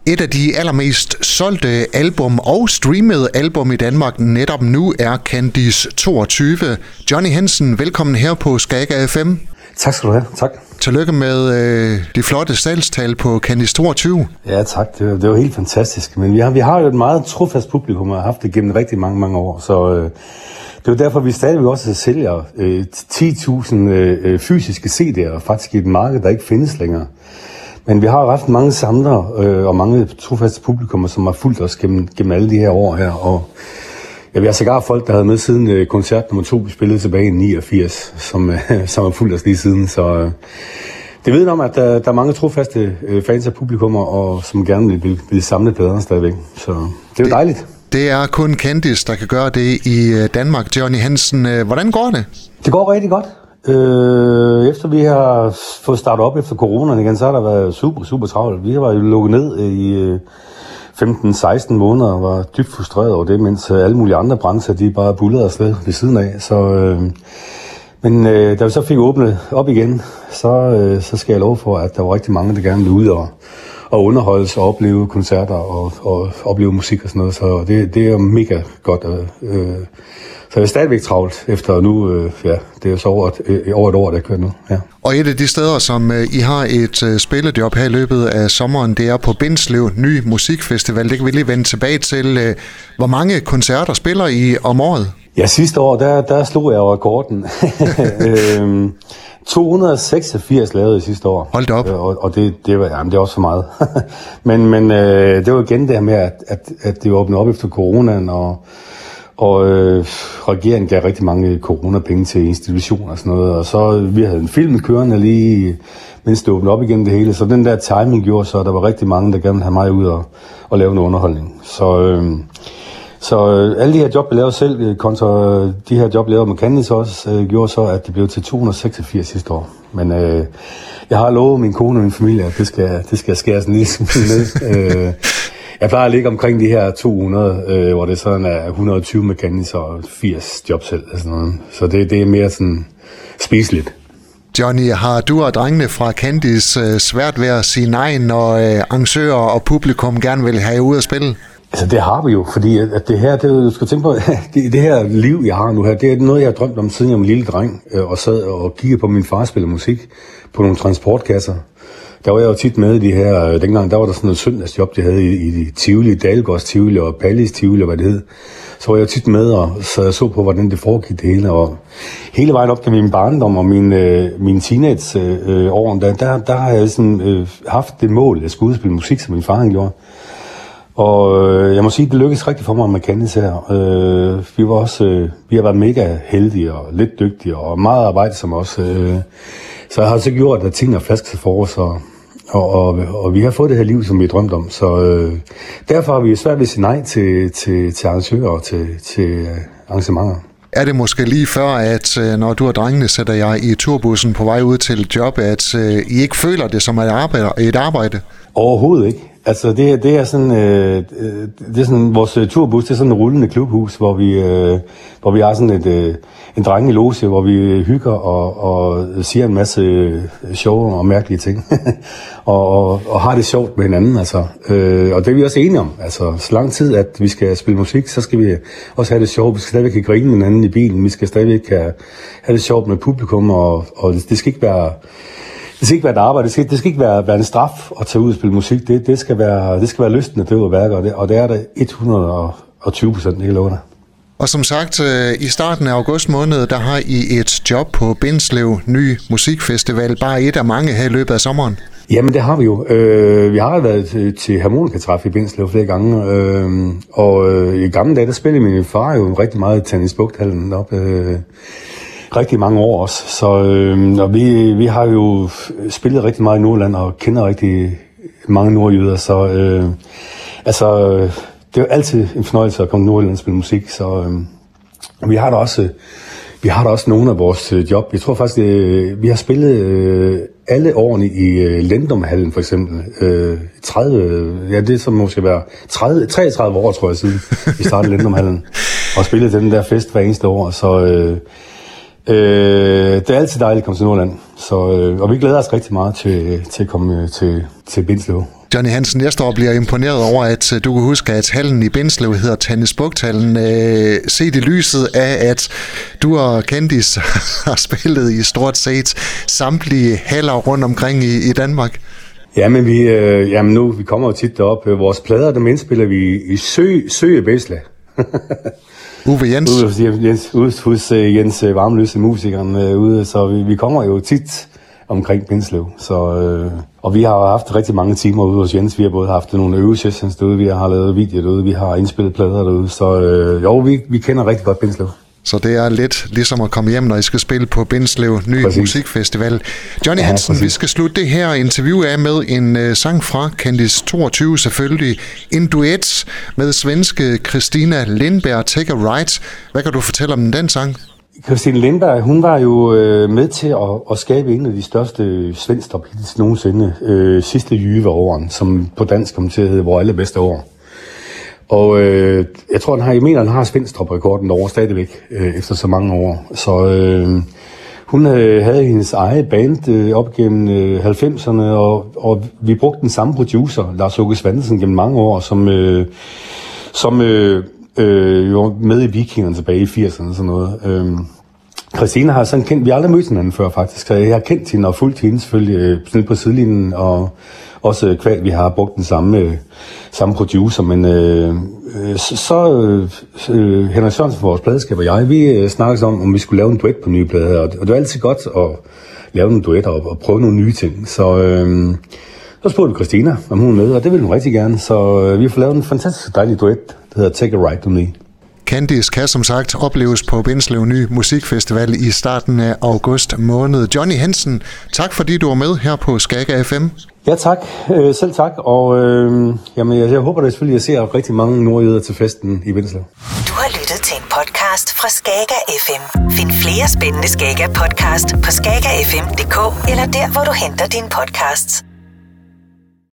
Et af de allermest solgte album og streamede album i Danmark netop nu er Kandis 22. Johnny Hansen, velkommen her på Skaga FM. Tak skal du have. Tak. Tillykke med de flotte salgstal på Kandis 22. Ja, tak. Det var helt fantastisk. Men vi har jo et meget trofast publikum og har haft det gennem rigtig mange år. Så det er jo derfor, vi stadigvæk også sælger 10.000 fysiske CD'er, faktisk i et marked, der ikke findes længere. Men vi har haft mange samlere og mange trofaste publikummer, som har fulgt os gennem alle de her år her. Og ja, vi har sågar folk, der havde med siden koncert nummer 2, vi spillede tilbage i 89, som har fulgt os lige siden. Så det vidner om, at der er mange trofaste fans af publikummer, og som gerne vil samle bedre stadigvæk. Så det er jo dejligt. Det er kun Kandis, der kan gøre det i Danmark. Johnny Hansen, hvordan går det? Det går rigtig godt. Efter vi har fået startet op efter coronaen igen, så har der været super travlt. Vi var jo lukket ned i 15-16 måneder og var dybt frustreret over det, mens alle mulige andre brancher, de bare bullerede afsted ved siden af. Men da vi så fik åbnet op igen, så skal jeg love for, at der var rigtig mange, der gerne ville ud og underholdes og opleve koncerter og opleve musik og sådan noget. Så det er mega godt. Så jeg er stadigvæk travlt efter nu, det er jo så over et år, der kører nu. Ja. Og et af de steder, som I har et spillejob her i løbet af sommeren, det er på Bindslev Ny Musikfestival. Det kan vi lige vende tilbage til. Hvor mange koncerter spiller I om året? Ja, sidste år, der slog jeg jo rekorden. 286 lavede jeg sidste år. Hold da op. Og det var også for meget. men det var igen det her med, at det åbnede op efter coronaen, og regeringen gav rigtig mange coronapenge til institutioner og sådan noget. Og så vi havde en film kørende lige, mens det åbnede op igen det hele. Så den der timing gjorde så, at der var rigtig mange, der gerne ville have mig ud og lave en underholdning. Så alle de her job, jeg lavede selv, kontra de her job, jeg lavede med Kandis også, gjorde så, at det blev til 286 sidste år. Men jeg har lovet min kone og min familie, at det skal skæres en lille smule ned. Jeg plejer at ligge omkring de her 200, hvor det sådan er 120 med Kandis og 80 job selv. Og sådan noget. Så det er mere sådan spiseligt. Johnny, har du og drengene fra Kandis svært ved at sige nej, når arrangører og publikum gerne vil have jer ud at spille? Altså det har vi jo, fordi at det her, du skal tænke på, det her liv, jeg har nu her, det er noget, jeg har drømt om, siden jeg var en lille dreng, og sad og kiggede på min far spille musik på nogle transportkasser. Der var jeg jo tit med i de her, dengang der var der sådan noget søndagsjob, de havde i Tivoli, Dalgårds Tivoli og Pallis Tivoli, og hvad det hed. Så var jeg jo tit med, og så på, hvordan det foregik det hele. Og hele vejen op til min barndom og min teenageår, der har jeg sådan, haft det mål, at jeg skulle udspille musik, som min far gjorde. Og jeg må sige, det lykkedes rigtig for mig med Kandis her. Vi har været mega heldige og lidt dygtige og meget arbejdsomme også. Så jeg har så gjort, at tingene er flasket sig for os, og vi har fået det her liv, som vi har drømt om. Så derfor har vi svært ved at sige nej til arrangører og til arrangementer. Er det måske lige før, at når du og drengene sætter jer i turbussen på vej ud til job, at I ikke føler det som et arbejde? Overhovedet ikke. Altså det er sådan vores turbus, det er sådan et rullende klubhus, hvor vi har sådan en drenge-loge, hvor vi hygger og siger en masse sjove og mærkelige ting. og har det sjovt med hinanden, altså. Og det er vi også enige om. Altså, så lang tid, at vi skal spille musik, så skal vi også have det sjovt. Vi skal stadigvæk have grine med hinanden i bilen. Vi skal stadigvæk have det sjovt med publikum, og det skal ikke være... Det skal ikke være et arbejde, det skal ikke være en straf at tage ud og spille musik. Det skal være lysten at drive værker, og det er der 120%, det kan love dig. Og som sagt, i starten af august måned, der har I et job på Bindslev Ny Musikfestival, bare et af mange her i løbet af sommeren. Jamen det har vi jo. Vi har været til harmonikatræf i Bindslev flere gange, og i gamle dage, der spillede min far jo rigtig meget i Tennis Bugthallen deroppe. Rigtig mange år også, så og vi har jo spillet rigtig meget i Nordland og kender rigtig mange nordjyder, så det er jo altid en fornøjelse at komme til Nordjylland og spille musik, så vi har da også nogle af vores job. Jeg tror faktisk, vi har spillet alle årene i Lendumhallen for eksempel. 30, ja det som måske være 33 år tror jeg siden vi startede Lendumhallen og spillede den der fest hver eneste år, så det er altid dejligt at komme til Nordland, så, og vi glæder os rigtig meget til at komme til Bindslev. Johnny Hansen, jeg står og bliver imponeret over, at du kan huske, at hallen i Bindslev hedder Tannis Bugthallen. Set i lyset af, at du og Candice har spillet i stort set samtlige haller rundt omkring i Danmark. Ja, men vi kommer jo tit derop. Vores plader, dem indspiller vi i Sø i Bæsla. Uwe Jens. Ude hos Jens Varmeløse, musikeren ude, så vi kommer jo tit omkring Bindslev. Så, og vi har haft rigtig mange timer ude hos Jens. Vi har både haft nogle øvesessions derude, vi har lavet videoer derude, vi har indspillet plader derude. Så vi kender rigtig godt Bindslev. Så det er lidt ligesom at komme hjem, når I skal spille på Bindslev Ny Musikfestival. Johnny Hansen, vi skal slutte det her interview af med en sang fra Candice 22, selvfølgelig en duet med svenske Christina Lindberg, Take a Ride. Hvad kan du fortælle om den sang? Christine Lindberg, hun var jo med til at skabe en af de største svensk-hits nogensinde, sidste Jyve åren, som på dansk kom til at hedde Vores allerbedste år. Og jeg tror, den har svensk-rekorden derovre stadigvæk, efter så mange år. Så hun havde hendes eget band op gennem 90'erne, og vi brugte den samme producer, Lars Åke Svendsen, gennem mange år, som jo med i Vikingerne tilbage i 80'erne og sådan noget. Christina har sådan kendt, vi har aldrig mødt hinanden før faktisk, så jeg har kendt hende og fulgt hende selvfølgelig sådan på sidelinjen, og også kvad, vi har brugt den samme producer, men Henrik Sørensen, vores pladeskab og jeg, vi snakkede om vi skulle lave en duet på nye plader, og det var altid godt at lave nogle duetter og prøve nogle nye ting, så spurgte vi Christina, om hun er med, og det ville hun rigtig gerne, så vi får lavet en fantastisk dejlig duet, der hedder Take a Ride to Me. Candice kan som sagt opleves på Bindslev Ny Musikfestival i starten af august måned. Johnny Hansen, tak fordi du var med her på Skaga FM. Ja tak, selv tak, og jeg håber da selvfølgelig, at jeg ser rigtig mange nordjyder til festen i Bindslev. Du har lyttet til en podcast fra Skaga FM. Find flere spændende Skaga podcast på skagafm.dk eller der, hvor du henter dine podcasts.